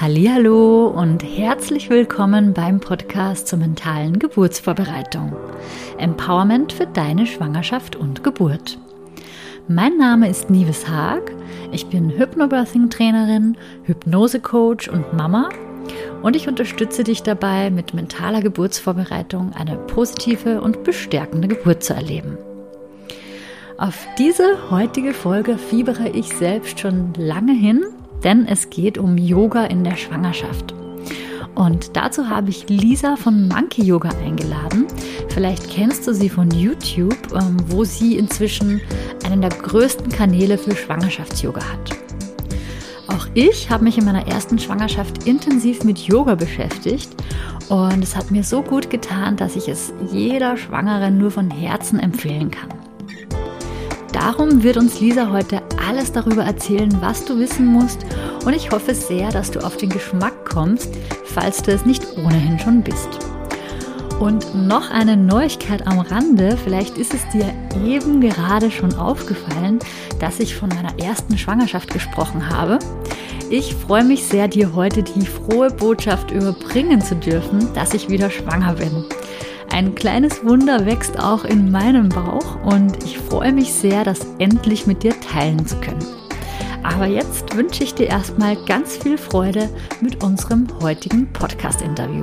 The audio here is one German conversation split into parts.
Hallihallo und herzlich willkommen beim Podcast zur mentalen Geburtsvorbereitung. Empowerment für deine Schwangerschaft und Geburt. Mein Name ist Nives Haag, ich bin Hypnobirthing-Trainerin, Hypnose-Coach und Mama und ich unterstütze dich dabei, mit mentaler Geburtsvorbereitung eine positive und bestärkende Geburt zu erleben. Auf diese heutige Folge fiebere ich selbst schon lange hin, denn es geht um Yoga in der Schwangerschaft. Und dazu habe ich Lisa von Monkey Yoga eingeladen. Vielleicht kennst du sie von YouTube, wo sie inzwischen einen der größten Kanäle für Schwangerschafts-Yoga hat. Auch ich habe mich in meiner ersten Schwangerschaft intensiv mit Yoga beschäftigt und es hat mir so gut getan, dass ich es jeder Schwangeren nur von Herzen empfehlen kann. Darum wird uns Lisa heute alles darüber erzählen, was du wissen musst, und ich hoffe sehr, dass du auf den Geschmack kommst, falls du es nicht ohnehin schon bist. Und noch eine Neuigkeit am Rande, vielleicht ist es dir eben gerade schon aufgefallen, dass ich von meiner ersten Schwangerschaft gesprochen habe. Ich freue mich sehr, dir heute die frohe Botschaft überbringen zu dürfen, dass ich wieder schwanger bin. Ein kleines Wunder wächst auch in meinem Bauch und ich freue mich sehr, das endlich mit dir teilen zu können. Aber jetzt wünsche ich dir erstmal ganz viel Freude mit unserem heutigen Podcast-Interview.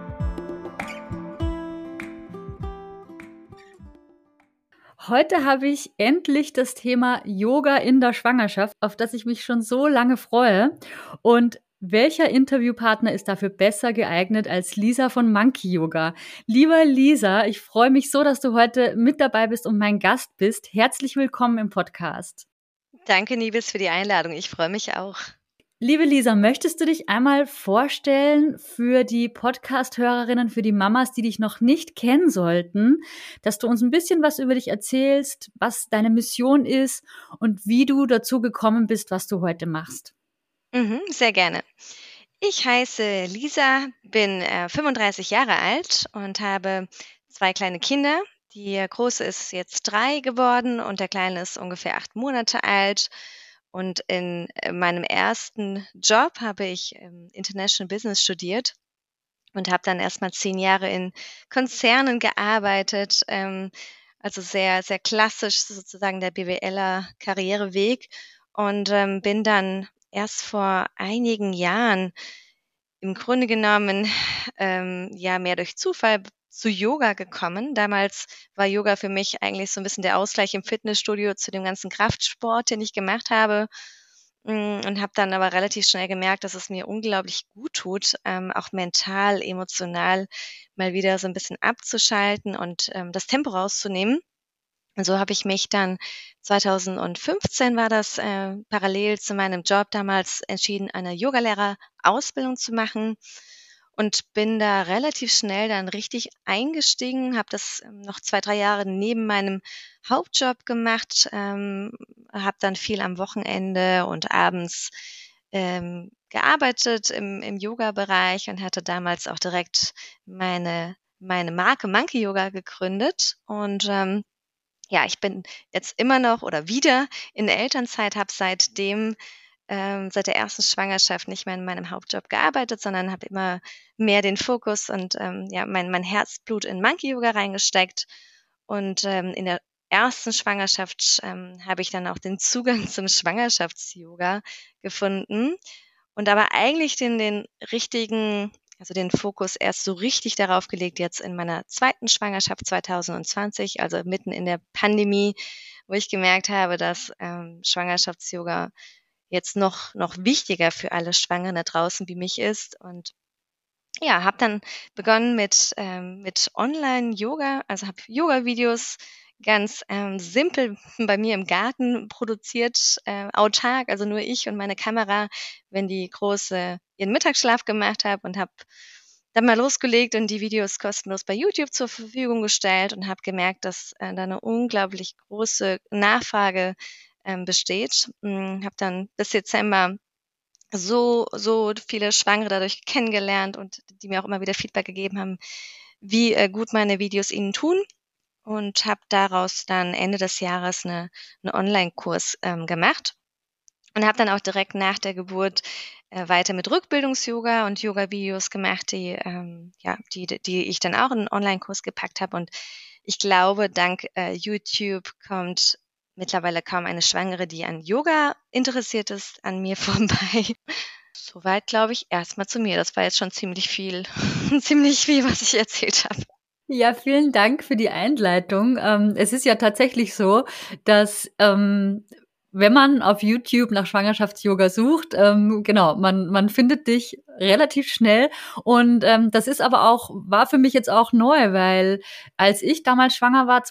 Heute habe ich endlich das Thema Yoga in der Schwangerschaft, auf das ich mich schon so lange freue. Und welcher Interviewpartner ist dafür besser geeignet als Lisa von Monkey Yoga? Lieber Lisa, ich freue mich so, dass du heute mit dabei bist und mein Gast bist. Herzlich willkommen im Podcast. Danke, Nives, für die Einladung. Ich freue mich auch. Liebe Lisa, möchtest du dich einmal vorstellen für die Podcast-Hörerinnen, für die Mamas, die dich noch nicht kennen sollten, dass du uns ein bisschen was über dich erzählst, was deine Mission ist und wie du dazu gekommen bist, was du heute machst? Sehr gerne. Ich heiße Lisa, bin 35 Jahre alt und habe 2 kleine Kinder. Die große ist jetzt 3 geworden und der kleine ist ungefähr 8 Monate alt. Und in meinem ersten Job habe ich International Business studiert und habe dann erst mal 10 Jahre in Konzernen gearbeitet, also sehr, sehr klassisch sozusagen der BWLer-Karriereweg, und bin dann erst vor einigen Jahren im Grunde genommen mehr durch Zufall zu Yoga gekommen. Damals war Yoga für mich eigentlich so ein bisschen der Ausgleich im Fitnessstudio zu dem ganzen Kraftsport, den ich gemacht habe. Und habe dann aber relativ schnell gemerkt, dass es mir unglaublich gut tut, auch mental, emotional mal wieder so ein bisschen abzuschalten und das Tempo rauszunehmen. Und so habe ich mich dann 2015 war das, parallel zu meinem Job damals entschieden, eine Yogalehrerausbildung zu machen und bin da relativ schnell dann richtig eingestiegen, habe das, noch 2, 3 Jahre neben meinem Hauptjob gemacht, habe dann viel am Wochenende und abends, gearbeitet im Yogabereich und hatte damals auch direkt meine Marke Monkey Yoga gegründet und, ja, ich bin jetzt immer noch oder wieder in Elternzeit, habe seit der ersten Schwangerschaft nicht mehr in meinem Hauptjob gearbeitet, sondern habe immer mehr den Fokus und, mein Herzblut in Monkey Yoga reingesteckt. Und, in der ersten Schwangerschaft, habe ich dann auch den Zugang zum Schwangerschafts-Yoga gefunden und aber eigentlich den richtigen, also den Fokus erst so richtig darauf gelegt jetzt in meiner zweiten Schwangerschaft 2020, also mitten in der Pandemie, wo ich gemerkt habe, dass, Schwangerschafts-Yoga jetzt noch wichtiger für alle Schwangeren da draußen wie mich ist. Und ja, habe dann begonnen mit Online-Yoga, also habe Yoga-Videos ganz, simpel bei mir im Garten produziert, autark, also nur ich und meine Kamera, wenn die Große ihren Mittagsschlaf gemacht hat, und habe dann mal losgelegt und die Videos kostenlos bei YouTube zur Verfügung gestellt und habe gemerkt, dass, da 'ne unglaublich große Nachfrage, besteht. Habe dann bis Dezember so viele Schwangere dadurch kennengelernt und die mir auch immer wieder Feedback gegeben haben, wie, gut meine Videos ihnen tun, und habe daraus dann Ende des Jahres 'ne Onlinekurs, gemacht und habe dann auch direkt nach der Geburt weiter mit Rückbildungs-Yoga und Yoga-Videos gemacht, die ich dann auch in einen Online-Kurs gepackt habe. Und ich glaube, dank YouTube kommt mittlerweile kaum eine Schwangere, die an Yoga interessiert ist, an mir vorbei. Soweit, glaube ich, erstmal zu mir. Das war jetzt schon ziemlich viel, ziemlich viel, was ich erzählt habe. Ja, vielen Dank für die Einleitung. Es ist ja tatsächlich so, dass wenn man auf YouTube nach Schwangerschafts-Yoga sucht, genau, man findet dich relativ schnell. Und das ist aber auch, war für mich jetzt auch neu, weil als ich damals schwanger war,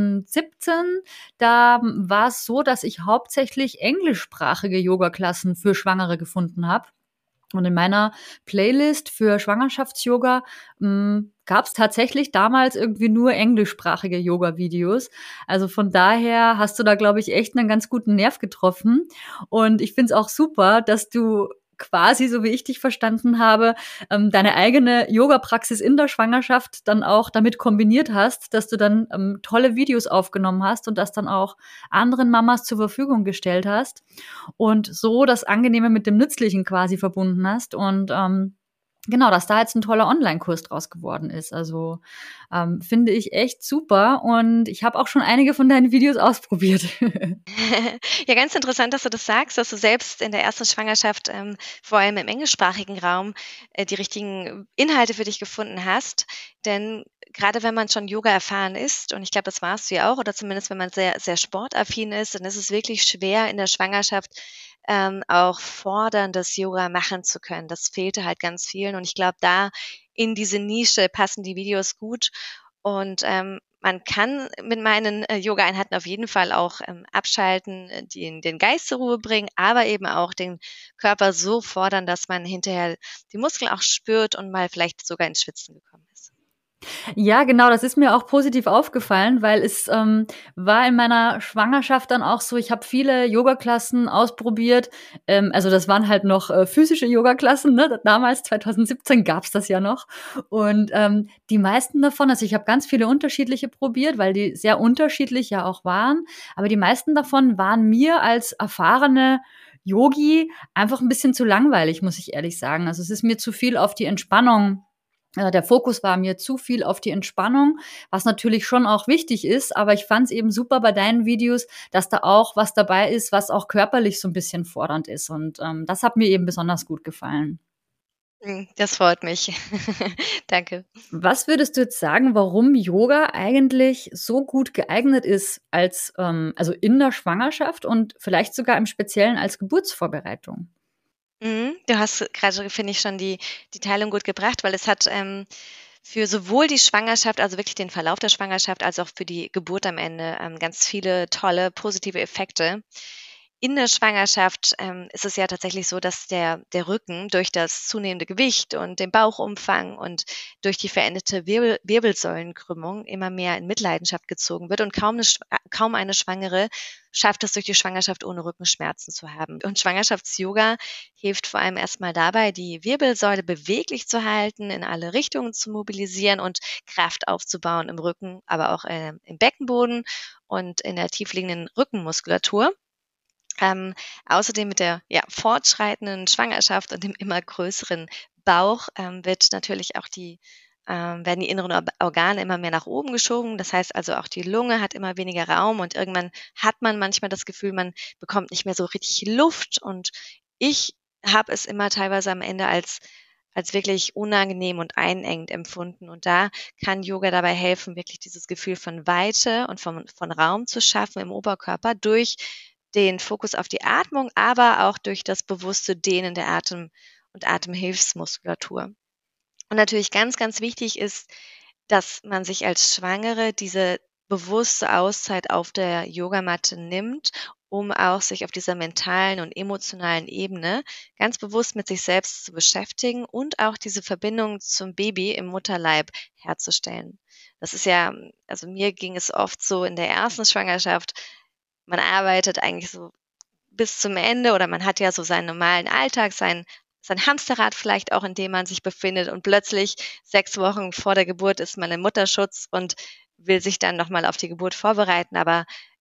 2017, da war es so, dass ich hauptsächlich englischsprachige Yoga-Klassen für Schwangere gefunden habe. Und in meiner Playlist für Schwangerschafts-Yoga gab es tatsächlich damals irgendwie nur englischsprachige Yoga-Videos. Also von daher hast du da, glaube ich, echt einen ganz guten Nerv getroffen. Und ich finde es auch super, dass du quasi, so wie ich dich verstanden habe, deine eigene Yoga-Praxis in der Schwangerschaft dann auch damit kombiniert hast, dass du dann tolle Videos aufgenommen hast und das dann auch anderen Mamas zur Verfügung gestellt hast und so das Angenehme mit dem Nützlichen quasi verbunden hast. Und genau, dass da jetzt ein toller Online-Kurs draus geworden ist. Also finde ich echt super. Und ich habe auch schon einige von deinen Videos ausprobiert. Ja, ganz interessant, dass du das sagst, dass du selbst in der ersten Schwangerschaft, vor allem im englischsprachigen Raum, die richtigen Inhalte für dich gefunden hast. Denn gerade wenn man schon Yoga erfahren ist, und ich glaube, das warst du ja auch, oder zumindest wenn man sehr, sehr sportaffin ist, dann ist es wirklich schwer in der Schwangerschaft auch forderndes Yoga machen zu können. Das fehlte halt ganz vielen. Und ich glaube, da in diese Nische passen die Videos gut. Und man kann mit meinen Yoga-Einheiten auf jeden Fall auch abschalten, den Geist zur Ruhe bringen, aber eben auch den Körper so fordern, dass man hinterher die Muskeln auch spürt und mal vielleicht sogar ins Schwitzen gekommen ist. Ja, genau, das ist mir auch positiv aufgefallen, weil es war in meiner Schwangerschaft dann auch so, ich habe viele Yoga-Klassen ausprobiert. Also das waren halt noch physische Yoga-Klassen, ne? Damals, 2017, gab's das ja noch. Und die meisten davon, also ich habe ganz viele unterschiedliche probiert, weil die sehr unterschiedlich ja auch waren. Aber die meisten davon waren mir als erfahrene Yogi einfach ein bisschen zu langweilig, muss ich ehrlich sagen. Also es ist mir zu viel auf die Entspannung. Der Fokus war mir zu viel auf die Entspannung, was natürlich schon auch wichtig ist, aber ich fand es eben super bei deinen Videos, dass da auch was dabei ist, was auch körperlich so ein bisschen fordernd ist. Und das hat mir eben besonders gut gefallen. Das freut mich. Danke. Was würdest du jetzt sagen, warum Yoga eigentlich so gut geeignet ist als also in der Schwangerschaft und vielleicht sogar im Speziellen als Geburtsvorbereitung? Du hast gerade, finde ich, schon die Teilung gut gebracht, weil es hat für sowohl die Schwangerschaft, also wirklich den Verlauf der Schwangerschaft, als auch für die Geburt am Ende ganz viele tolle positive Effekte. In der Schwangerschaft ist es ja tatsächlich so, dass der Rücken durch das zunehmende Gewicht und den Bauchumfang und durch die veränderte Wirbelsäulenkrümmung immer mehr in Mitleidenschaft gezogen wird und kaum eine Schwangere schafft es durch die Schwangerschaft ohne Rückenschmerzen zu haben. Und Schwangerschafts-Yoga hilft vor allem erstmal dabei, die Wirbelsäule beweglich zu halten, in alle Richtungen zu mobilisieren und Kraft aufzubauen im Rücken, aber auch im Beckenboden und in der tiefliegenden Rückenmuskulatur. Außerdem mit der fortschreitenden Schwangerschaft und dem immer größeren Bauch wird natürlich auch werden die inneren Organe immer mehr nach oben geschoben. Das heißt also auch die Lunge hat immer weniger Raum und irgendwann hat man manchmal das Gefühl, man bekommt nicht mehr so richtig Luft. Und ich habe es immer teilweise am Ende als wirklich unangenehm und einengend empfunden. Und da kann Yoga dabei helfen, wirklich dieses Gefühl von Weite und von Raum zu schaffen im Oberkörper durch den Fokus auf die Atmung, aber auch durch das bewusste Dehnen der Atem- und Atemhilfsmuskulatur. Und natürlich ganz, ganz wichtig ist, dass man sich als Schwangere diese bewusste Auszeit auf der Yogamatte nimmt, um auch sich auf dieser mentalen und emotionalen Ebene ganz bewusst mit sich selbst zu beschäftigen und auch diese Verbindung zum Baby im Mutterleib herzustellen. Das ist ja, also mir ging es oft so in der ersten Schwangerschaft, man arbeitet eigentlich so bis zum Ende oder man hat ja so seinen normalen Alltag, sein Hamsterrad vielleicht auch, in dem man sich befindet und plötzlich 6 Wochen vor der Geburt ist man im Mutterschutz und will sich dann noch mal auf die Geburt vorbereiten. Aber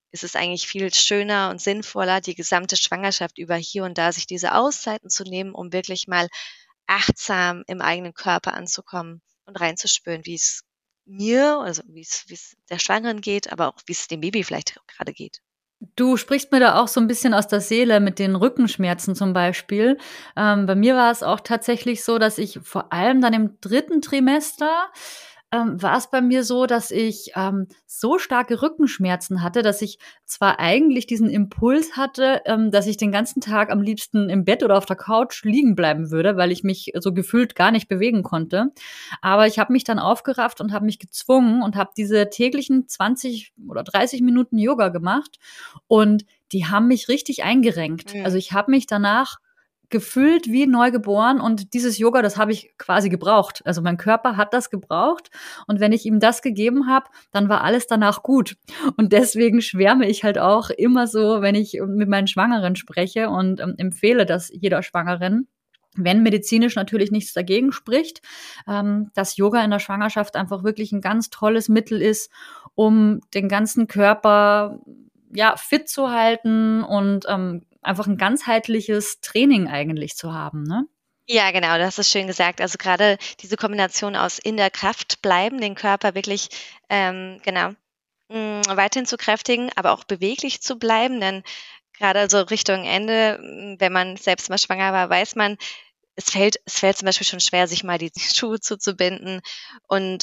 ist es eigentlich viel schöner und sinnvoller, die gesamte Schwangerschaft über hier und da sich diese Auszeiten zu nehmen, um wirklich mal achtsam im eigenen Körper anzukommen und reinzuspüren, wie es mir, also wie es der Schwangeren geht, aber auch wie es dem Baby vielleicht gerade geht. Du sprichst mir da auch so ein bisschen aus der Seele mit den Rückenschmerzen zum Beispiel. Bei mir war es auch tatsächlich so, dass ich vor allem dann im 3. Trimester, war es bei mir so, dass ich, so starke Rückenschmerzen hatte, dass ich zwar eigentlich diesen Impuls hatte, dass ich den ganzen Tag am liebsten im Bett oder auf der Couch liegen bleiben würde, weil ich mich so gefühlt gar nicht bewegen konnte. Aber ich habe mich dann aufgerafft und habe mich gezwungen und habe diese täglichen 20 oder 30 Minuten Yoga gemacht und die haben mich richtig eingerenkt. Mhm. Also, ich habe mich danach gefühlt wie neugeboren und dieses Yoga, das habe ich quasi gebraucht. Also, mein Körper hat das gebraucht und wenn ich ihm das gegeben habe, dann war alles danach gut. Und deswegen schwärme ich halt auch immer so, wenn ich mit meinen Schwangeren spreche und, empfehle das jeder Schwangeren, wenn medizinisch natürlich nichts dagegen spricht, dass Yoga in der Schwangerschaft einfach wirklich ein ganz tolles Mittel ist, um den ganzen Körper, ja, fit zu halten und, einfach ein ganzheitliches Training eigentlich zu haben, ne? Ja, genau, das ist schön gesagt. Also gerade diese Kombination aus in der Kraft bleiben, den Körper wirklich, genau, weiterhin zu kräftigen, aber auch beweglich zu bleiben, denn gerade so Richtung Ende, wenn man selbst mal schwanger war, weiß man, es fällt zum Beispiel schon schwer, sich mal die Schuhe zuzubinden und,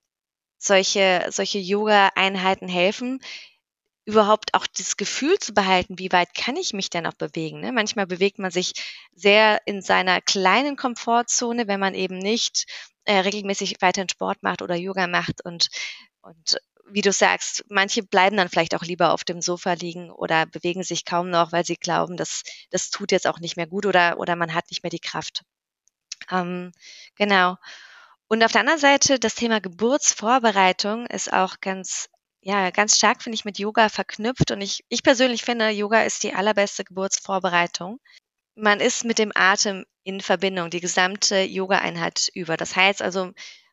solche Yoga-Einheiten helfen, überhaupt auch das Gefühl zu behalten, wie weit kann ich mich denn auch bewegen, ne? Manchmal bewegt man sich sehr in seiner kleinen Komfortzone, wenn man eben nicht, regelmäßig weiterhin Sport macht oder Yoga macht und wie du sagst, manche bleiben dann vielleicht auch lieber auf dem Sofa liegen oder bewegen sich kaum noch, weil sie glauben, das tut jetzt auch nicht mehr gut oder man hat nicht mehr die Kraft. Ähm, genau. Und auf der anderen Seite das Thema Geburtsvorbereitung ist auch ganz stark, finde ich, mit Yoga verknüpft. Und ich persönlich finde, Yoga ist die allerbeste Geburtsvorbereitung. Man ist mit dem Atem in Verbindung, die gesamte Yoga-Einheit über. Das heißt also,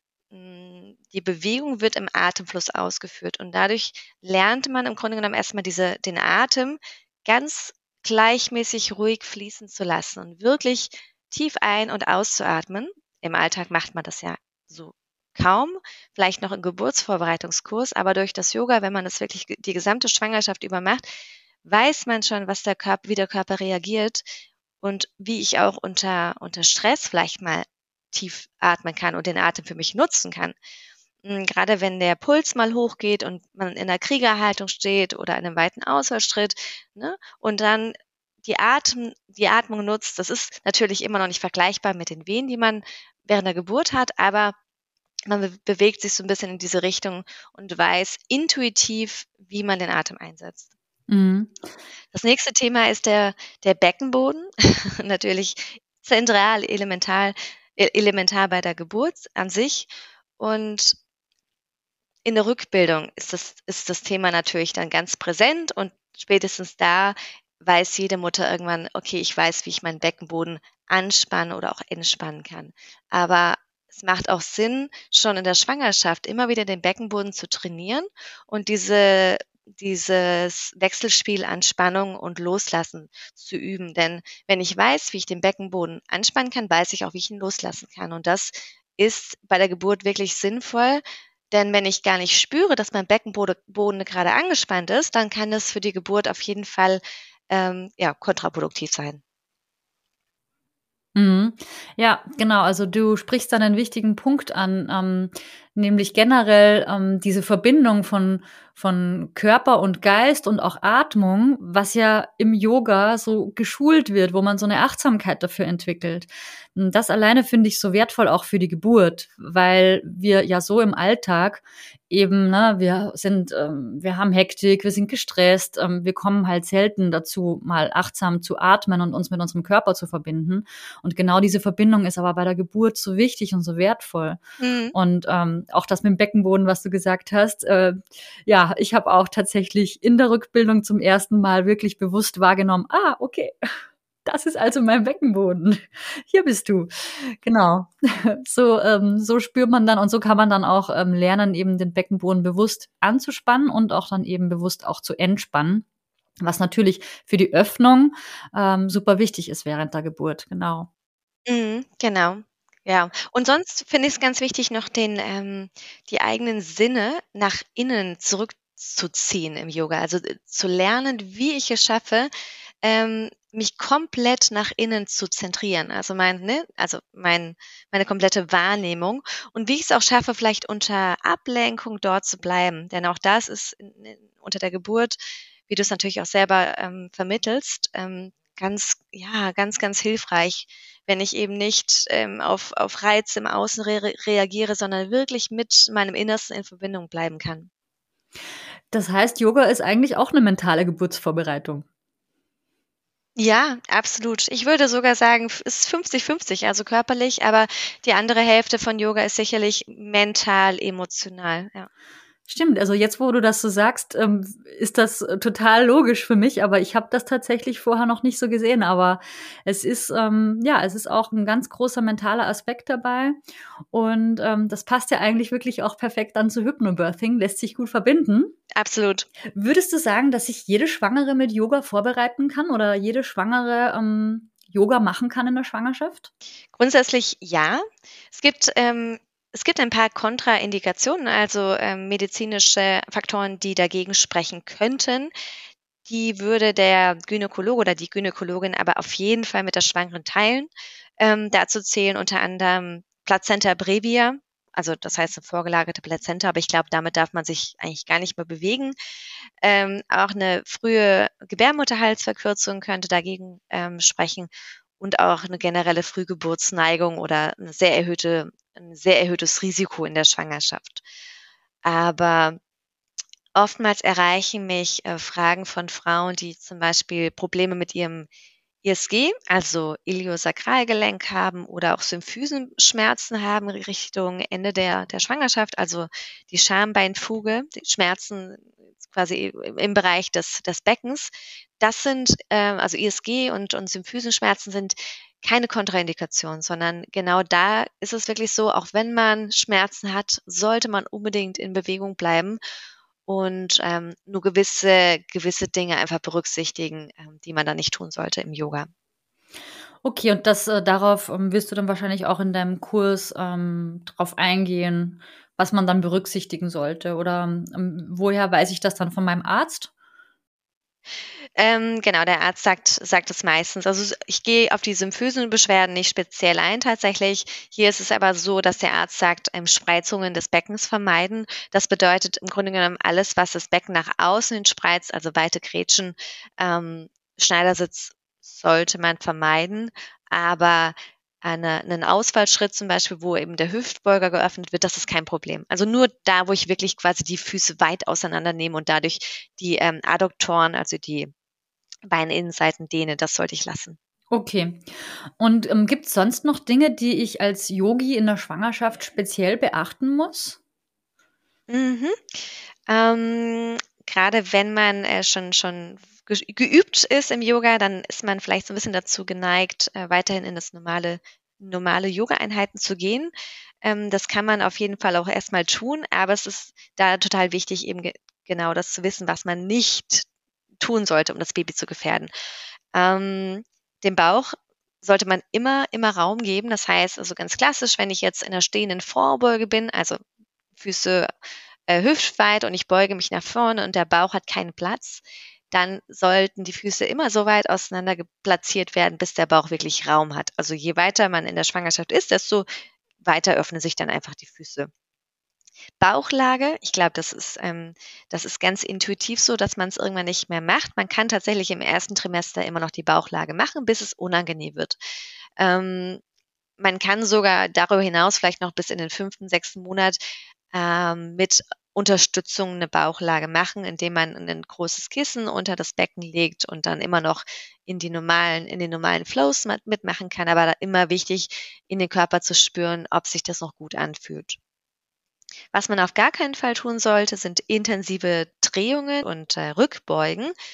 die Bewegung wird im Atemfluss ausgeführt und dadurch lernt man im Grunde genommen erst mal den Atem ganz gleichmäßig ruhig fließen zu lassen und wirklich tief ein und auszuatmen. Im Alltag macht man das ja so kaum, vielleicht noch im Geburtsvorbereitungskurs, aber durch das Yoga, wenn man das wirklich die gesamte Schwangerschaft über macht, weiß man schon, was wie der Körper reagiert und wie ich auch unter Stress vielleicht mal tief atmen kann und den Atem für mich nutzen kann. Grade wenn der Puls mal hochgeht und man in der Kriegerhaltung steht oder in einem weiten Ausfallschritt, ne, und dann die Atmung nutzt. Das ist natürlich immer noch nicht vergleichbar mit den Wehen, die man während der Geburt hat, aber man bewegt sich so ein bisschen in diese Richtung und weiß intuitiv, wie man den Atem einsetzt. Mhm. Das nächste Thema ist der Beckenboden. Natürlich zentral, elementar bei der Geburt an sich. Und in der Rückbildung ist das Thema natürlich dann ganz präsent und spätestens da weiß jede Mutter irgendwann: „Okay, ich weiß, wie ich meinen Beckenboden anspannen oder auch entspannen kann.“ Aber es macht auch Sinn, schon in der Schwangerschaft immer wieder den Beckenboden zu trainieren und dieses Wechselspiel an Spannung und Loslassen zu üben. Denn wenn ich weiß, wie ich den Beckenboden anspannen kann, weiß ich auch, wie ich ihn loslassen kann. Und das ist bei der Geburt wirklich sinnvoll, denn wenn ich gar nicht spüre, dass mein Beckenboden gerade angespannt ist, dann kann das für die Geburt auf jeden Fall, ja, kontraproduktiv sein. Mhm. Ja, genau. Also du sprichst dann einen wichtigen Punkt an, nämlich generell diese Verbindung von Körper und Geist und auch Atmung, was ja im Yoga so geschult wird, wo man so eine Achtsamkeit dafür entwickelt. Das alleine finde ich so wertvoll auch für die Geburt, weil wir ja so im Alltag eben, ne, wir haben Hektik, wir sind gestresst, wir kommen halt selten dazu, mal achtsam zu atmen und uns mit unserem Körper zu verbinden. Und genau diese Verbindung ist aber bei der Geburt so wichtig und so wertvoll. Mhm. Und auch das mit dem Beckenboden, was du gesagt hast, ja, ich habe auch tatsächlich in der Rückbildung zum ersten Mal wirklich bewusst wahrgenommen, okay, Das ist also mein Beckenboden. Hier bist du. Genau. So spürt man dann und so kann man dann auch lernen, eben den Beckenboden bewusst anzuspannen und auch dann eben bewusst auch zu entspannen, was natürlich für die Öffnung super wichtig ist während der Geburt. Genau. Genau. Ja. Und sonst finde ich es ganz wichtig, noch die eigenen Sinne nach innen zurückzuziehen im Yoga. Also, zu lernen, wie ich es schaffe, mich komplett nach innen zu zentrieren. Also, meine komplette Wahrnehmung und wie ich es auch schaffe, vielleicht unter Ablenkung dort zu bleiben. Denn auch das ist unter der Geburt, wie du es natürlich auch selber, vermittelst, ganz hilfreich, wenn ich eben nicht, auf Reize im Außen reagiere, sondern wirklich mit meinem Innersten in Verbindung bleiben kann. Das heißt, Yoga ist eigentlich auch eine mentale Geburtsvorbereitung. Ja, absolut. Ich würde sogar sagen, ist 50-50, also körperlich, aber die andere Hälfte von Yoga ist sicherlich mental, emotional, ja. Stimmt, also jetzt, wo du das so sagst, ist das total logisch für mich, aber ich habe das tatsächlich vorher noch nicht so gesehen. Aber es ist, es ist auch ein ganz großer mentaler Aspekt dabei. Und das passt ja eigentlich wirklich auch perfekt dann zu Hypnobirthing, lässt sich gut verbinden. Absolut. Würdest du sagen, dass sich jede Schwangere mit Yoga vorbereiten kann oder jede Schwangere Yoga machen kann in der Schwangerschaft? Grundsätzlich ja. Es gibt, es gibt ein paar Kontraindikationen, also, medizinische Faktoren, die dagegen sprechen könnten. Die würde der Gynäkologe oder die Gynäkologin aber auf jeden Fall mit der Schwangeren teilen. Dazu zählen unter anderem Plazenta brevia, also das heißt 'ne vorgelagerte Plazenta, aber ich glaube, damit darf man sich eigentlich gar nicht mehr bewegen. Auch eine frühe Gebärmutterhalsverkürzung könnte dagegen, sprechen und auch eine generelle Frühgeburtsneigung oder 'n sehr erhöhtes Risiko in der Schwangerschaft. Aber oftmals erreichen mich, Fragen von Frauen, die zum Beispiel Probleme mit ihrem ISG, also Iliosakralgelenk haben oder auch Symphysenschmerzen haben Richtung Ende der Schwangerschaft, also die Schambeinfuge, die Schmerzen quasi im Bereich des Beckens. Das sind, also ISG und Symphysenschmerzen sind keine Kontraindikation, sondern genau da ist es wirklich so, auch wenn man Schmerzen hat, sollte man unbedingt in Bewegung bleiben und, nur gewisse Dinge einfach berücksichtigen, die man dann nicht tun sollte im Yoga. Okay, und darauf wirst du dann wahrscheinlich auch in deinem Kurs drauf eingehen, was man dann berücksichtigen sollte. Oder woher weiß ich das dann von meinem Arzt? Genau, der Arzt sagt es meistens. Also, ich gehe auf die Symphysenbeschwerden nicht speziell ein tatsächlich. Hier ist es aber so, dass der Arzt sagt, Spreizungen des Beckens vermeiden. Das bedeutet im Grunde genommen alles, was das Becken nach außen hin spreizt, also weite Gretchen, Schneidersitz sollte man vermeiden, aber 'nen Ausfallschritt zum Beispiel, wo eben der Hüftbeuger geöffnet wird, das ist kein Problem. Also, nur da, wo ich wirklich quasi die Füße weit auseinander nehme und dadurch die, Adduktoren, also die Beininnenseiten dehne, das sollte ich lassen. Okay. Und gibt es sonst noch Dinge, die ich als Yogi in der Schwangerschaft speziell beachten muss? Mhm. Ähm, Grade wenn man, schon geübt ist im Yoga, dann ist man vielleicht so 'n bisschen dazu geneigt, weiterhin in das normale Yoga-Einheiten zu gehen. Das kann man auf jeden Fall auch erst mal tun, aber es ist da total wichtig, eben genau das zu wissen, was man nicht tun sollte, um das Baby zu gefährden. Ähm, Dem Bauch sollte man immer Raum geben. Das heißt also ganz klassisch, wenn ich jetzt in 'ner stehenden Vorbeuge bin, also Füße, hüftweit und ich beuge mich nach vorne und der Bauch hat keinen Platz, dann sollten die Füße immer so weit auseinander platziert werden, bis der Bauch wirklich Raum hat. Also, je weiter man in der Schwangerschaft ist, desto weiter öffnen sich dann einfach die Füße. Bauchlage, ich glaube, das ist ganz intuitiv so, dass man es irgendwann nicht mehr macht. Man kann tatsächlich im ersten Trimester immer noch die Bauchlage machen, bis es unangenehm wird. Ähm, Man kann sogar darüber hinaus vielleicht noch bis in den 5., 6. Monat, mit Unterstützung eine Bauchlage machen, indem man ein großes Kissen unter das Becken legt und dann immer noch in den normalen Flows mitmachen kann, aber da immer wichtig, in den Körper zu spüren, ob sich das noch gut anfühlt. Was man auf gar keinen Fall tun sollte, sind intensive Drehungen und, Rückbeugen.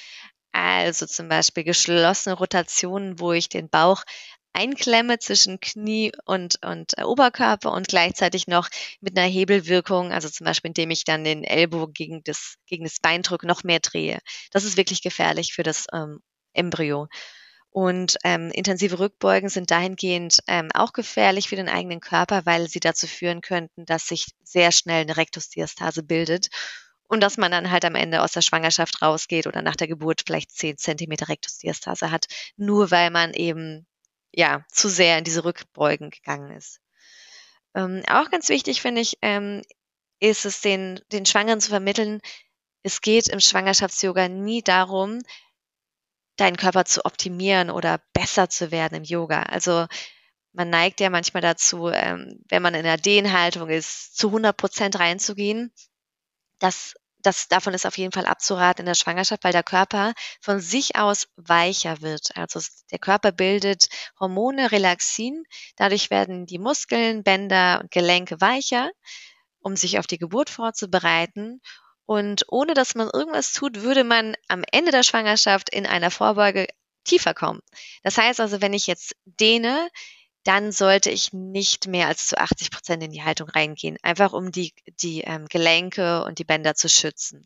Also zum Beispiel geschlossene Rotationen, wo ich den Bauch einklemme zwischen Knie und Oberkörper und gleichzeitig noch mit einer Hebelwirkung, also zum Beispiel, indem ich dann den Ellbogen gegen das Bein drücke, noch mehr drehe. Das ist wirklich gefährlich für das Embryo. Und intensive Rückbeugen sind dahingehend auch gefährlich für den eigenen Körper, weil sie dazu führen könnten, dass sich sehr schnell eine Rektusdiastase bildet und dass man dann halt am Ende aus der Schwangerschaft rausgeht oder nach der Geburt vielleicht 10 Zentimeter Rektusdiastase hat, nur weil man eben ja zu sehr in diese Rückbeugen gegangen ist. Auch ganz wichtig finde ich, ist es den Schwangeren zu vermitteln, es geht im Schwangerschafts-Yoga nie darum, deinen Körper zu optimieren oder besser zu werden im Yoga. Also man neigt ja manchmal dazu, wenn man in der Dehnhaltung ist, zu 100% reinzugehen. Davon ist auf jeden Fall abzuraten in der Schwangerschaft, weil der Körper von sich aus weicher wird. Also der Körper bildet Hormone, Relaxin. Dadurch werden die Muskeln, Bänder und Gelenke weicher, um sich auf die Geburt vorzubereiten. Und ohne dass man irgendwas tut, würde man am Ende der Schwangerschaft in einer Vorbeuge tiefer kommen. Das heißt also, wenn ich jetzt dehne, dann sollte ich nicht mehr als zu 80% in die Haltung reingehen, einfach um die Gelenke und die Bänder zu schützen.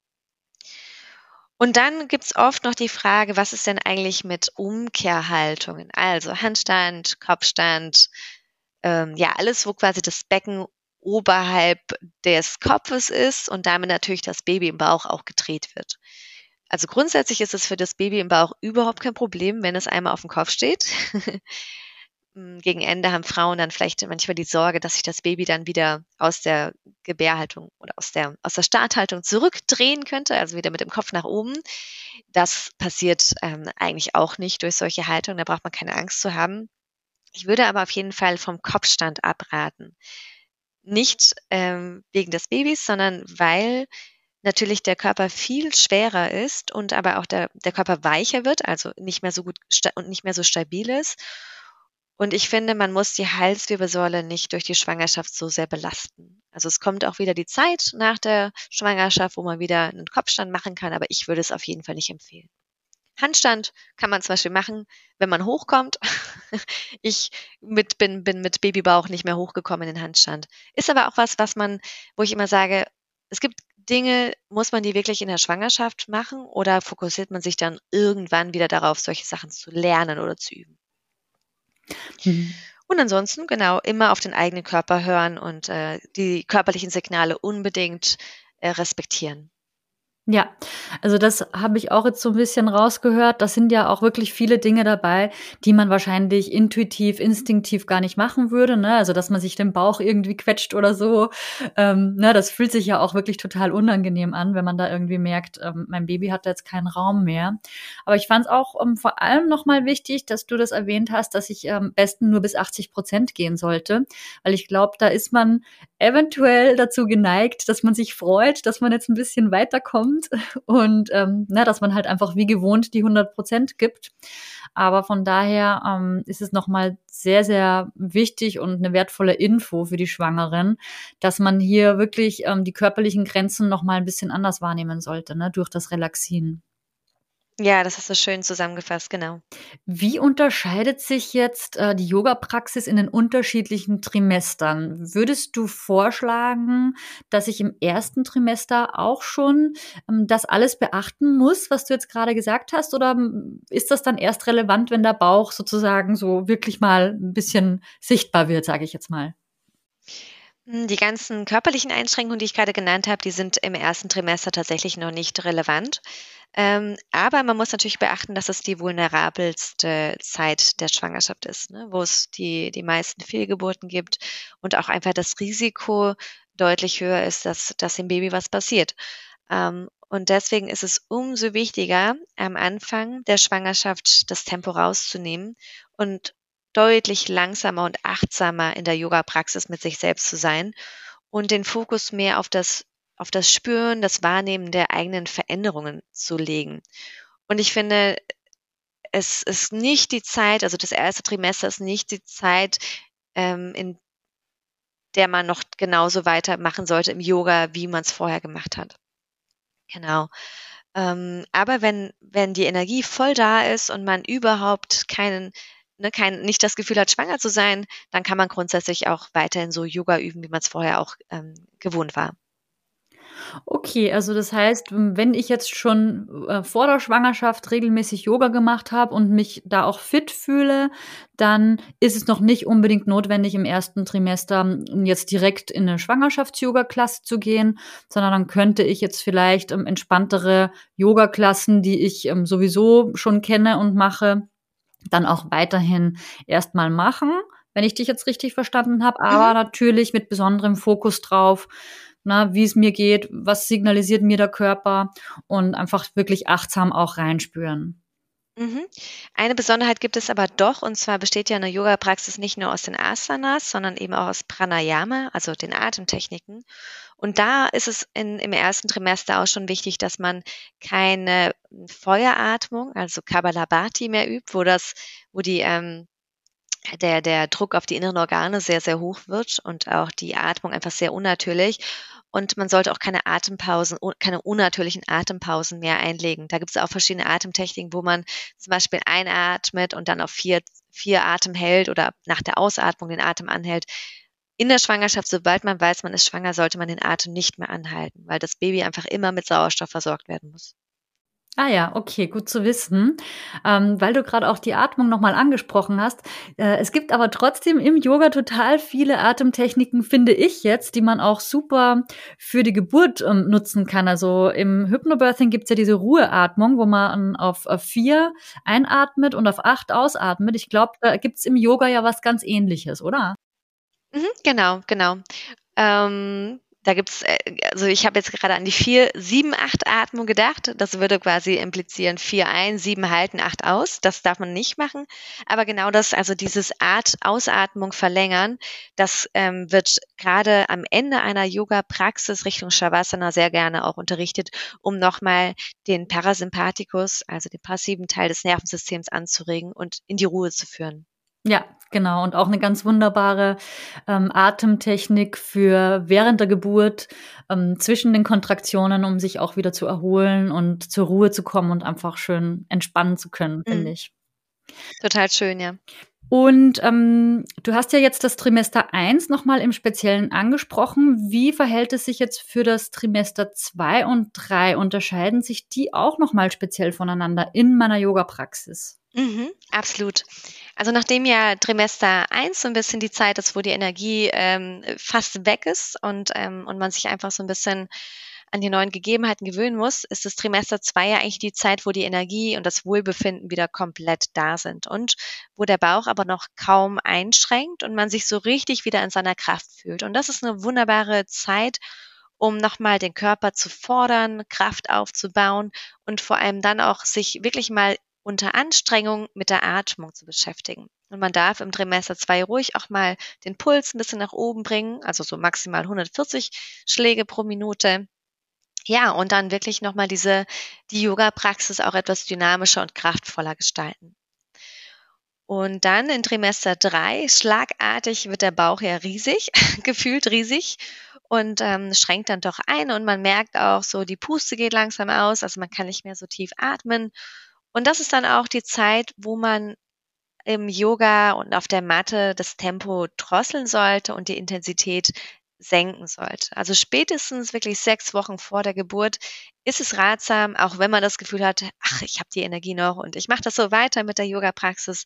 Und dann gibt's oft noch die Frage, was ist denn eigentlich mit Umkehrhaltungen? Also Handstand, Kopfstand, ja, alles, wo quasi das Becken oberhalb des Kopfes ist und damit natürlich das Baby im Bauch auch gedreht wird. Also grundsätzlich ist es für das Baby im Bauch überhaupt kein Problem, wenn es einmal auf dem Kopf steht. Gegen Ende haben Frauen dann vielleicht manchmal die Sorge, dass sich das Baby dann wieder aus der Gebärhaltung oder aus der Starthaltung zurückdrehen könnte, also wieder mit dem Kopf nach oben. Das passiert eigentlich auch nicht durch solche Haltungen, da braucht man keine Angst zu haben. Ich würde aber auf jeden Fall vom Kopfstand abraten. Nicht wegen des Babys, sondern weil natürlich der Körper viel schwerer ist und aber auch der Körper weicher wird, also nicht mehr so gut und nicht mehr so stabil ist. Und ich finde, man muss die Halswirbelsäule nicht durch die Schwangerschaft so sehr belasten. Also es kommt auch wieder die Zeit nach der Schwangerschaft, wo man wieder einen Kopfstand machen kann, aber ich würde es auf jeden Fall nicht empfehlen. Handstand kann man zum Beispiel machen, wenn man hochkommt. Ich bin mit Babybauch nicht mehr hochgekommen in den Handstand. Ist aber auch was, wo ich immer sage, es gibt Dinge, muss man die wirklich in der Schwangerschaft machen oder fokussiert man sich dann irgendwann wieder darauf, solche Sachen zu lernen oder zu üben? Und ansonsten, genau, immer auf den eigenen Körper hören und die körperlichen Signale unbedingt respektieren. Ja, also das habe ich auch jetzt so ein bisschen rausgehört. Das sind ja auch wirklich viele Dinge dabei, die man wahrscheinlich intuitiv, instinktiv gar nicht machen würde, ne? Also, dass man sich den Bauch irgendwie quetscht oder so. Ne, das fühlt sich ja auch wirklich total unangenehm an, wenn man da irgendwie merkt, mein Baby hat da jetzt keinen Raum mehr. Aber ich fand es auch vor allem noch mal wichtig, dass du das erwähnt hast, dass ich am besten nur bis 80% gehen sollte, weil ich glaube, da ist man eventuell dazu geneigt, dass man sich freut, dass man jetzt ein bisschen weiterkommt und dass man halt einfach wie gewohnt die 100% gibt. Aber von daher ist es nochmal sehr, sehr wichtig und eine wertvolle Info für die Schwangeren, dass man hier wirklich die körperlichen Grenzen nochmal ein bisschen anders wahrnehmen sollte, ne, durch das Relaxieren. Ja, das hast du schön zusammengefasst, genau. Wie unterscheidet sich jetzt die Yoga-Praxis in den unterschiedlichen Trimestern? Würdest du vorschlagen, dass ich im ersten Trimester auch schon das alles beachten muss, was du jetzt gerade gesagt hast? Oder ist das dann erst relevant, wenn der Bauch sozusagen so wirklich mal ein bisschen sichtbar wird, sage ich jetzt mal? Die ganzen körperlichen Einschränkungen, die ich gerade genannt habe, die sind im ersten Trimester tatsächlich noch nicht relevant. Aber man muss natürlich beachten, dass es die vulnerabelste Zeit der Schwangerschaft ist, ne, wo es die meisten Fehlgeburten gibt und auch einfach das Risiko deutlich höher ist, dass dem Baby was passiert. Und deswegen ist es umso wichtiger, am Anfang der Schwangerschaft das Tempo rauszunehmen und deutlich langsamer und achtsamer in der Yoga-Praxis mit sich selbst zu sein und den Fokus mehr auf das Spüren, das Wahrnehmen der eigenen Veränderungen zu legen. Und ich finde, es ist nicht die Zeit, also das erste Trimester ist nicht die Zeit, in der man noch genauso weitermachen sollte im Yoga, wie man es vorher gemacht hat. Genau. Aber wenn die Energie voll da ist und man überhaupt nicht das Gefühl hat, schwanger zu sein, dann kann man grundsätzlich auch weiterhin so Yoga üben, wie man es vorher auch gewohnt war. Okay, also das heißt, wenn ich jetzt schon vor der Schwangerschaft regelmäßig Yoga gemacht habe und mich da auch fit fühle, dann ist es noch nicht unbedingt notwendig, im ersten Trimester jetzt direkt in eine Schwangerschafts-Yoga-Klasse zu gehen, sondern dann könnte ich jetzt vielleicht entspanntere Yoga-Klassen, die ich sowieso schon kenne und mache, dann auch weiterhin erstmal machen, wenn ich dich jetzt richtig verstanden habe, aber Mhm. natürlich mit besonderem Fokus drauf, wie es mir geht, was signalisiert mir der Körper und einfach wirklich achtsam auch reinspüren. Mhm. Eine Besonderheit gibt es aber doch, und zwar besteht ja eine Yoga-Praxis nicht nur aus den Asanas, sondern eben auch aus Pranayama, also den Atemtechniken. Und da ist es im ersten Trimester auch schon wichtig, dass man keine Feueratmung, also Kapalabhati mehr übt, wo der Druck auf die inneren Organe sehr, sehr hoch wird und auch die Atmung einfach sehr unnatürlich. Und man sollte auch keine unnatürlichen Atempausen mehr einlegen. Da gibt es auch verschiedene Atemtechniken, wo man zum Beispiel einatmet und dann auf vier Atem hält oder nach der Ausatmung den Atem anhält. In der Schwangerschaft, sobald man weiß, man ist schwanger, sollte man den Atem nicht mehr anhalten, weil das Baby einfach immer mit Sauerstoff versorgt werden muss. Ah ja, okay, gut zu wissen. Weil du gerade auch die Atmung noch mal angesprochen hast. Es gibt aber trotzdem im Yoga total viele Atemtechniken, finde ich jetzt, die man auch super für die Geburt nutzen kann. Also im Hypnobirthing gibt's ja diese Ruheatmung, wo man auf 4 einatmet und auf 8 ausatmet. Ich glaube, da gibt's im Yoga ja was ganz Ähnliches, oder? Mhm, genau, genau. Da gibt's, also ich habe jetzt gerade an die 4-7-8-Atmung gedacht. Das würde quasi implizieren 4 ein, 7 halten, 8 aus. Das darf man nicht machen. Aber genau das, also dieses Ausatmung verlängern, das wird gerade am Ende einer Yoga-Praxis Richtung Shavasana sehr gerne auch unterrichtet, um nochmal den Parasympathikus, also den passiven Teil des Nervensystems anzuregen und in die Ruhe zu führen. Ja, genau. Und auch eine ganz wunderbare Atemtechnik für während der Geburt, zwischen den Kontraktionen, um sich auch wieder zu erholen und zur Ruhe zu kommen und einfach schön entspannen zu können, finde Mhm. ich. Total schön, ja. Und du hast ja jetzt das Trimester 1 noch mal im Speziellen angesprochen. Wie verhält es sich jetzt für das Trimester 2 und 3? Unterscheiden sich die auch noch mal speziell voneinander in meiner Yoga-Praxis? Mhm, absolut. Also nachdem ja Trimester 1 so ein bisschen die Zeit ist, wo die Energie, fast weg ist und man sich einfach so ein bisschen an die neuen Gegebenheiten gewöhnen muss, ist das Trimester 2 ja eigentlich die Zeit, wo die Energie und das Wohlbefinden wieder komplett da sind und wo der Bauch aber noch kaum einschränkt und man sich so richtig wieder in seiner Kraft fühlt. Und das ist eine wunderbare Zeit, um noch mal den Körper zu fordern, Kraft aufzubauen und vor allem dann auch sich wirklich mal unter Anstrengung mit der Atmung zu beschäftigen. Und man darf im Trimester 2 ruhig auch mal den Puls ein bisschen nach oben bringen, also so maximal 140 Schläge pro Minute. Ja, und dann wirklich noch mal die Yoga-Praxis auch etwas dynamischer und kraftvoller gestalten. Und dann in Trimester 3 schlagartig wird der Bauch ja riesig, gefühlt riesig und, schränkt dann doch ein und man merkt auch so, die Puste geht langsam aus, also man kann nicht mehr so tief atmen. Und das ist dann auch die Zeit, wo man im Yoga und auf der Matte das Tempo drosseln sollte und die Intensität senken sollte. Also spätestens wirklich 6 Wochen vor der Geburt ist es ratsam, auch wenn man das Gefühl hat: „Ach, ich habe die Energie noch und ich mache das so weiter mit der Yogapraxis“,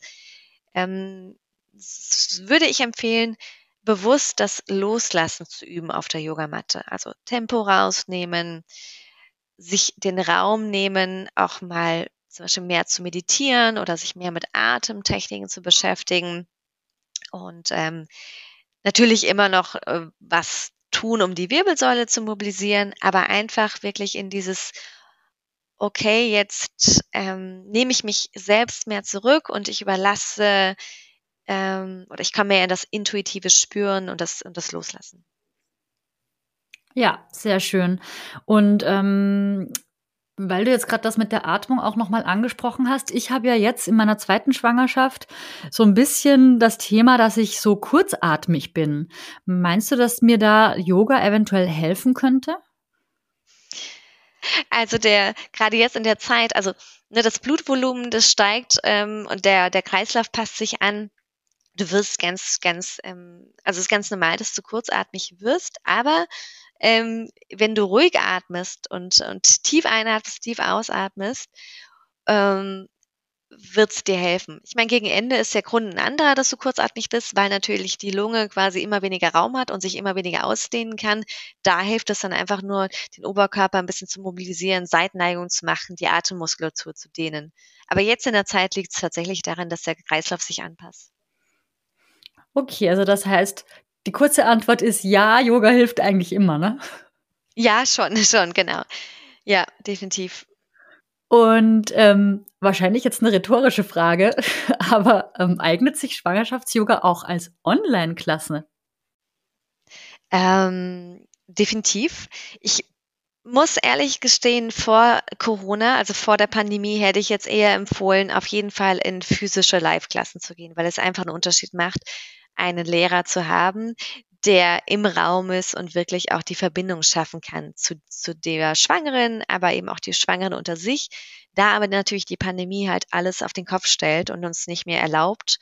würde ich empfehlen, bewusst das Loslassen zu üben auf der Yogamatte. Also Tempo rausnehmen, sich den Raum nehmen, auch mal zum Beispiel mehr zu meditieren oder sich mehr mit Atemtechniken zu beschäftigen und natürlich immer noch was tun, um die Wirbelsäule zu mobilisieren, aber einfach wirklich in dieses okay, jetzt nehme ich mich selbst mehr zurück und ich überlasse oder ich kann mehr in das intuitive Spüren und das Loslassen. Ja, sehr schön. Und, weil du jetzt gerade das mit der Atmung auch noch mal angesprochen hast, ich habe ja jetzt in meiner zweiten Schwangerschaft so ein bisschen das Thema, dass ich so kurzatmig bin. Meinst du, dass mir da Yoga eventuell helfen könnte? Also gerade jetzt in der Zeit, also ne, das Blutvolumen, das steigt und der Kreislauf passt sich an. Du wirst also es ist ganz normal, dass du kurzatmig wirst, aber wenn du ruhig atmest und tief einatmest, tief ausatmest, ähm, wird's dir helfen. Ich meine, gegen Ende ist der Grund ein anderer, dass du kurzatmig bist, weil natürlich die Lunge quasi immer weniger Raum hat und sich immer weniger ausdehnen kann. Da hilft es dann einfach nur, den Oberkörper ein bisschen zu mobilisieren, Seitenneigung zu machen, die Atemmuskulatur zu dehnen. Aber jetzt in der Zeit liegt es tatsächlich daran, dass der Kreislauf sich anpasst. Okay, also das heißt, die kurze Antwort ist ja, Yoga hilft eigentlich immer, ne? Ja, schon, schon, genau. Ja, definitiv. Und wahrscheinlich jetzt eine rhetorische Frage, aber eignet sich Schwangerschafts-Yoga auch als Online-Klasse? Definitiv. Ich muss ehrlich gestehen, vor Corona, also vor der Pandemie, hätte ich jetzt eher empfohlen, auf jeden Fall in physische Live-Klassen zu gehen, weil es einfach einen Unterschied macht, einen Lehrer zu haben, der im Raum ist und wirklich auch die Verbindung schaffen kann zu der Schwangeren, aber eben auch die Schwangeren unter sich. Da aber natürlich die Pandemie halt alles auf den Kopf stellt und uns nicht mehr erlaubt,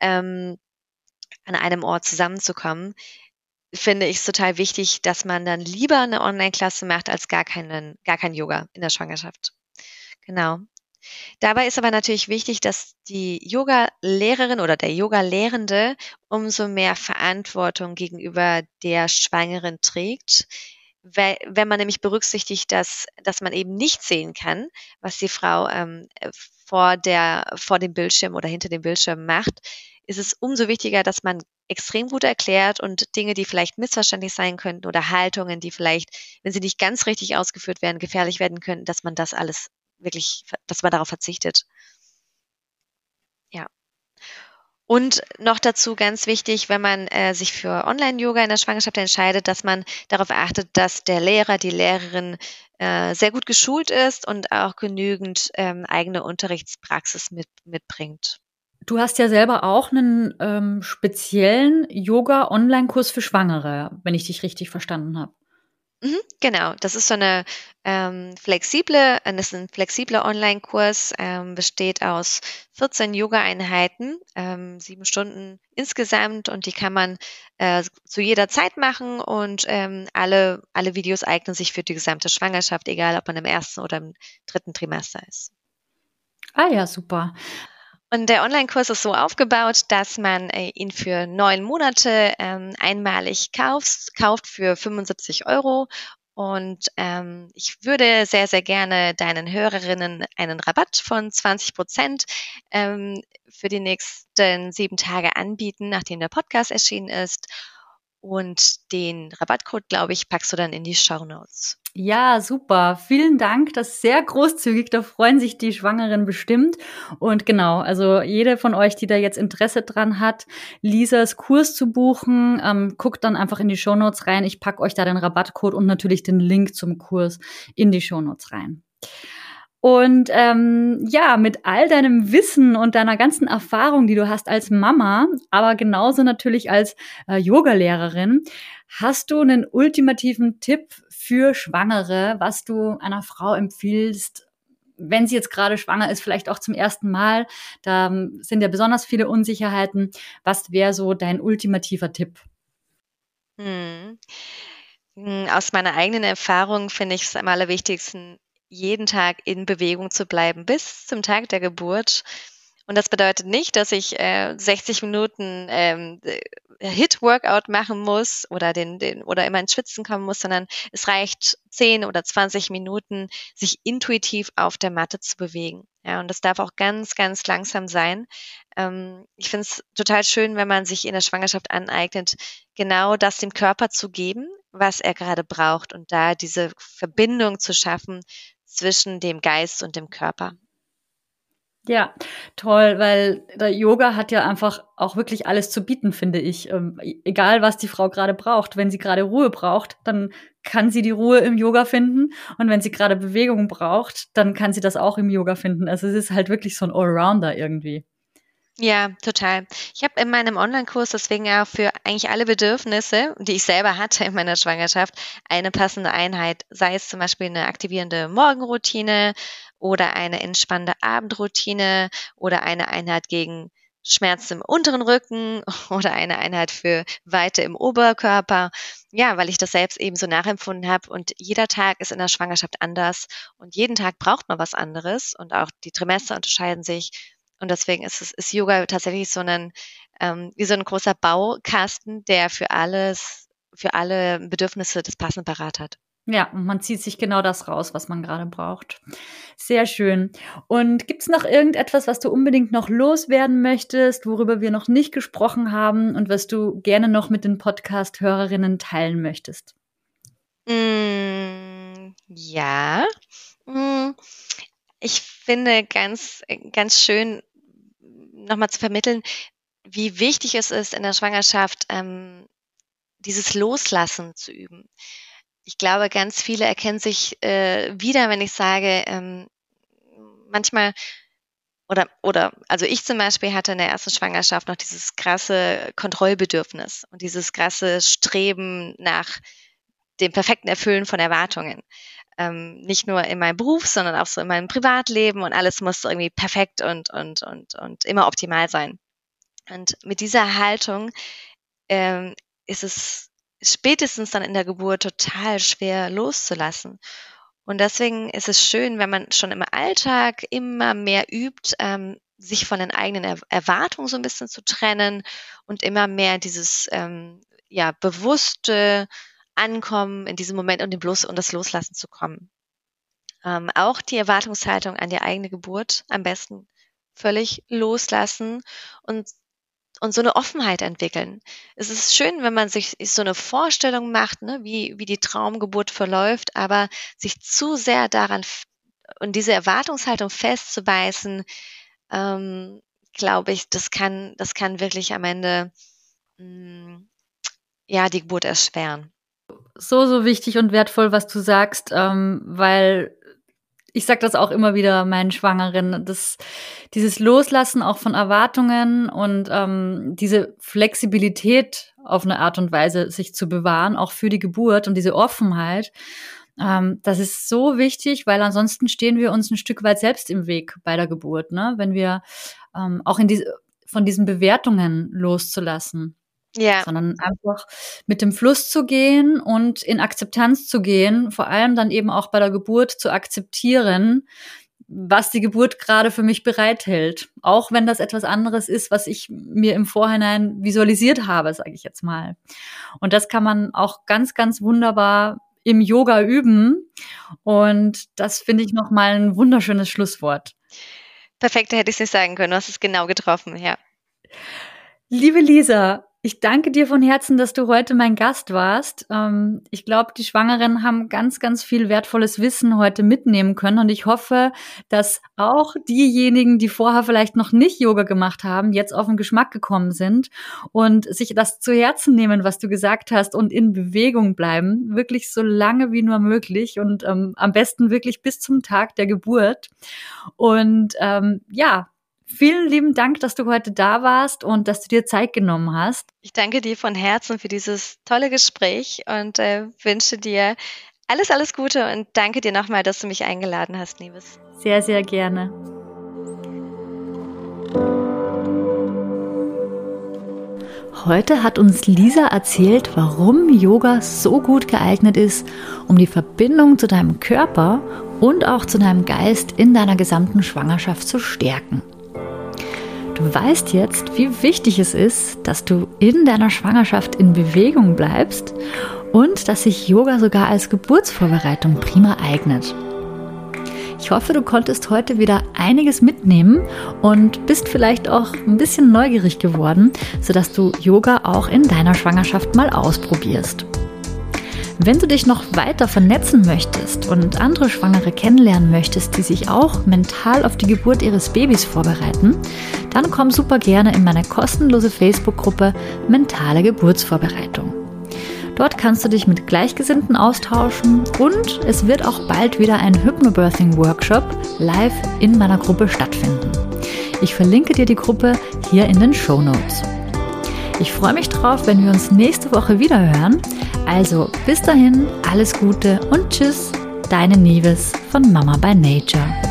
an einem Ort zusammenzukommen, finde ich es total wichtig, dass man dann lieber eine Online-Klasse macht als gar kein Yoga in der Schwangerschaft. Genau. Dabei ist aber natürlich wichtig, dass die Yogalehrerin oder der Yogalehrende umso mehr Verantwortung gegenüber der Schwangeren trägt, weil wenn man nämlich berücksichtigt, dass man eben nicht sehen kann, was die Frau vor dem Bildschirm oder hinter dem Bildschirm macht, ist es umso wichtiger, dass man extrem gut erklärt und Dinge, die vielleicht missverständlich sein könnten oder Haltungen, die vielleicht, wenn sie nicht ganz richtig ausgeführt werden, gefährlich werden könnten, dass man das alles wirklich, dass man darauf verzichtet. Ja. Und noch dazu ganz wichtig, wenn man sich für Online-Yoga in der Schwangerschaft entscheidet, dass man darauf achtet, dass der Lehrer, die Lehrerin sehr gut geschult ist und auch genügend eigene Unterrichtspraxis mitbringt. Du hast ja selber auch einen speziellen Yoga-Online-Kurs für Schwangere, wenn ich dich richtig verstanden habe. Genau, das ist das ist ein flexibler Online-Kurs, besteht aus 14 Yoga-Einheiten, 7 Stunden insgesamt und die kann man zu jeder Zeit machen und alle Videos eignen sich für die gesamte Schwangerschaft, egal ob man im ersten oder im dritten Trimester ist. Ah ja, super. Und der Online-Kurs ist so aufgebaut, dass man ihn für 9 Monate einmalig kauft für 75 €. Und ich würde sehr, sehr gerne deinen Hörerinnen einen Rabatt von 20% für die nächsten 7 Tage anbieten, nachdem der Podcast erschienen ist. Und den Rabattcode, glaube ich, packst du dann in die Shownotes. Ja, super. Vielen Dank. Das ist sehr großzügig. Da freuen sich die Schwangeren bestimmt. Und genau, also jede von euch, die da jetzt Interesse dran hat, Lisas Kurs zu buchen, guckt dann einfach in die Shownotes rein. Ich packe euch da den Rabattcode und natürlich den Link zum Kurs in die Shownotes rein. Und ja, mit all deinem Wissen und deiner ganzen Erfahrung, die du hast als Mama, aber genauso natürlich als Yogalehrerin, hast du einen ultimativen Tipp für Schwangere, was du einer Frau empfiehlst, wenn sie jetzt gerade schwanger ist, vielleicht auch zum ersten Mal? Da sind ja besonders viele Unsicherheiten. Was wäre so dein ultimativer Tipp? Hm. Aus meiner eigenen Erfahrung finde ich es am allerwichtigsten, jeden Tag in Bewegung zu bleiben bis zum Tag der Geburt. Und das bedeutet nicht, dass ich 60 Minuten Hit-Workout machen muss oder oder immer ins Schwitzen kommen muss, sondern es reicht 10 oder 20 Minuten, sich intuitiv auf der Matte zu bewegen. Ja, und das darf auch ganz, ganz langsam sein. Ich finde es total schön, wenn man sich in der Schwangerschaft aneignet, genau das dem Körper zu geben, was er gerade braucht und da diese Verbindung zu schaffen zwischen dem Geist und dem Körper. Ja, toll, weil der Yoga hat ja einfach auch wirklich alles zu bieten, finde ich. Egal, was die Frau gerade braucht. Wenn sie gerade Ruhe braucht, dann kann sie die Ruhe im Yoga finden. Und wenn sie gerade Bewegung braucht, dann kann sie das auch im Yoga finden. Also es ist halt wirklich so ein Allrounder irgendwie. Ja, total. Ich habe in meinem Online-Kurs deswegen auch für eigentlich alle Bedürfnisse, die ich selber hatte in meiner Schwangerschaft, eine passende Einheit. Sei es zum Beispiel eine aktivierende Morgenroutine oder eine entspannende Abendroutine oder eine Einheit gegen Schmerzen im unteren Rücken oder eine Einheit für Weite im Oberkörper. Ja, weil ich das selbst eben so nachempfunden habe und jeder Tag ist in der Schwangerschaft anders und jeden Tag braucht man was anderes und auch die Trimester unterscheiden sich. Und deswegen ist Yoga tatsächlich so wie so ein großer Baukasten, der für alle Bedürfnisse das passende parat hat. Ja, und man zieht sich genau das raus, was man gerade braucht. Sehr schön. Und gibt's noch irgendetwas, was du unbedingt noch loswerden möchtest, worüber wir noch nicht gesprochen haben und was du gerne noch mit den Podcast-Hörerinnen teilen möchtest? Ja. Ich finde ganz schön, nochmal zu vermitteln, wie wichtig es ist, in der Schwangerschaft, dieses Loslassen zu üben. Ich glaube, ganz viele erkennen sich wieder, wenn ich sage, manchmal also ich zum Beispiel hatte in der ersten Schwangerschaft noch dieses krasse Kontrollbedürfnis und dieses krasse Streben nach dem perfekten Erfüllen von Erwartungen. Nicht nur in meinem Beruf, sondern auch so in meinem Privatleben und alles musste irgendwie perfekt und immer optimal sein. Und mit dieser Haltung ist es spätestens dann in der Geburt total schwer loszulassen. Und deswegen ist es schön, wenn man schon im Alltag immer mehr übt, sich von den eigenen Erwartungen so ein bisschen zu trennen und immer mehr dieses bewusste Ankommen in diesem Moment und das Loslassen zu kommen. Auch die Erwartungshaltung an die eigene Geburt am besten völlig loslassen und so eine Offenheit entwickeln. Es ist schön, wenn man sich so eine Vorstellung macht, ne, wie die Traumgeburt verläuft, aber sich zu sehr daran und diese Erwartungshaltung festzubeißen, glaube ich, das kann wirklich am Ende die Geburt erschweren. So wichtig und wertvoll, was du sagst, weil ich sage das auch immer wieder meinen Schwangeren, dieses Loslassen auch von Erwartungen und diese Flexibilität auf eine Art und Weise sich zu bewahren, auch für die Geburt und diese Offenheit, das ist so wichtig, weil ansonsten stehen wir uns ein Stück weit selbst im Weg bei der Geburt, ne? Wenn wir auch von diesen Bewertungen loszulassen. Ja. Sondern einfach mit dem Fluss zu gehen und in Akzeptanz zu gehen, vor allem dann eben auch bei der Geburt zu akzeptieren, was die Geburt gerade für mich bereithält. Auch wenn das etwas anderes ist, was ich mir im Vorhinein visualisiert habe, sage ich jetzt mal. Und das kann man auch ganz, ganz wunderbar im Yoga üben. Und das finde ich nochmal ein wunderschönes Schlusswort. Perfekt, da hätte ich es nicht sagen können. Du hast es genau getroffen, ja. Liebe Lisa, ich danke dir von Herzen, dass du heute mein Gast warst. Ich glaube, die Schwangeren haben ganz, ganz viel wertvolles Wissen heute mitnehmen können und ich hoffe, dass auch diejenigen, die vorher vielleicht noch nicht Yoga gemacht haben, jetzt auf den Geschmack gekommen sind und sich das zu Herzen nehmen, was du gesagt hast und in Bewegung bleiben, wirklich so lange wie nur möglich und am besten wirklich bis zum Tag der Geburt. Und vielen lieben Dank, dass du heute da warst und dass du dir Zeit genommen hast. Ich danke dir von Herzen für dieses tolle Gespräch und wünsche dir alles Gute und danke dir nochmal, dass du mich eingeladen hast, Nives. Sehr, sehr gerne. Heute hat uns Lisa erzählt, warum Yoga so gut geeignet ist, um die Verbindung zu deinem Körper und auch zu deinem Geist in deiner gesamten Schwangerschaft zu stärken. Du weißt jetzt, wie wichtig es ist, dass du in deiner Schwangerschaft in Bewegung bleibst und dass sich Yoga sogar als Geburtsvorbereitung prima eignet. Ich hoffe, du konntest heute wieder einiges mitnehmen und bist vielleicht auch ein bisschen neugierig geworden, sodass du Yoga auch in deiner Schwangerschaft mal ausprobierst. Wenn du dich noch weiter vernetzen möchtest und andere Schwangere kennenlernen möchtest, die sich auch mental auf die Geburt ihres Babys vorbereiten, dann komm super gerne in meine kostenlose Facebook-Gruppe Mentale Geburtsvorbereitung. Dort kannst du dich mit Gleichgesinnten austauschen und es wird auch bald wieder ein Hypnobirthing-Workshop live in meiner Gruppe stattfinden. Ich verlinke dir die Gruppe hier in den Shownotes. Ich freue mich drauf, wenn wir uns nächste Woche wieder hören. Also bis dahin, alles Gute und tschüss, deine Nives von Mama by Nature.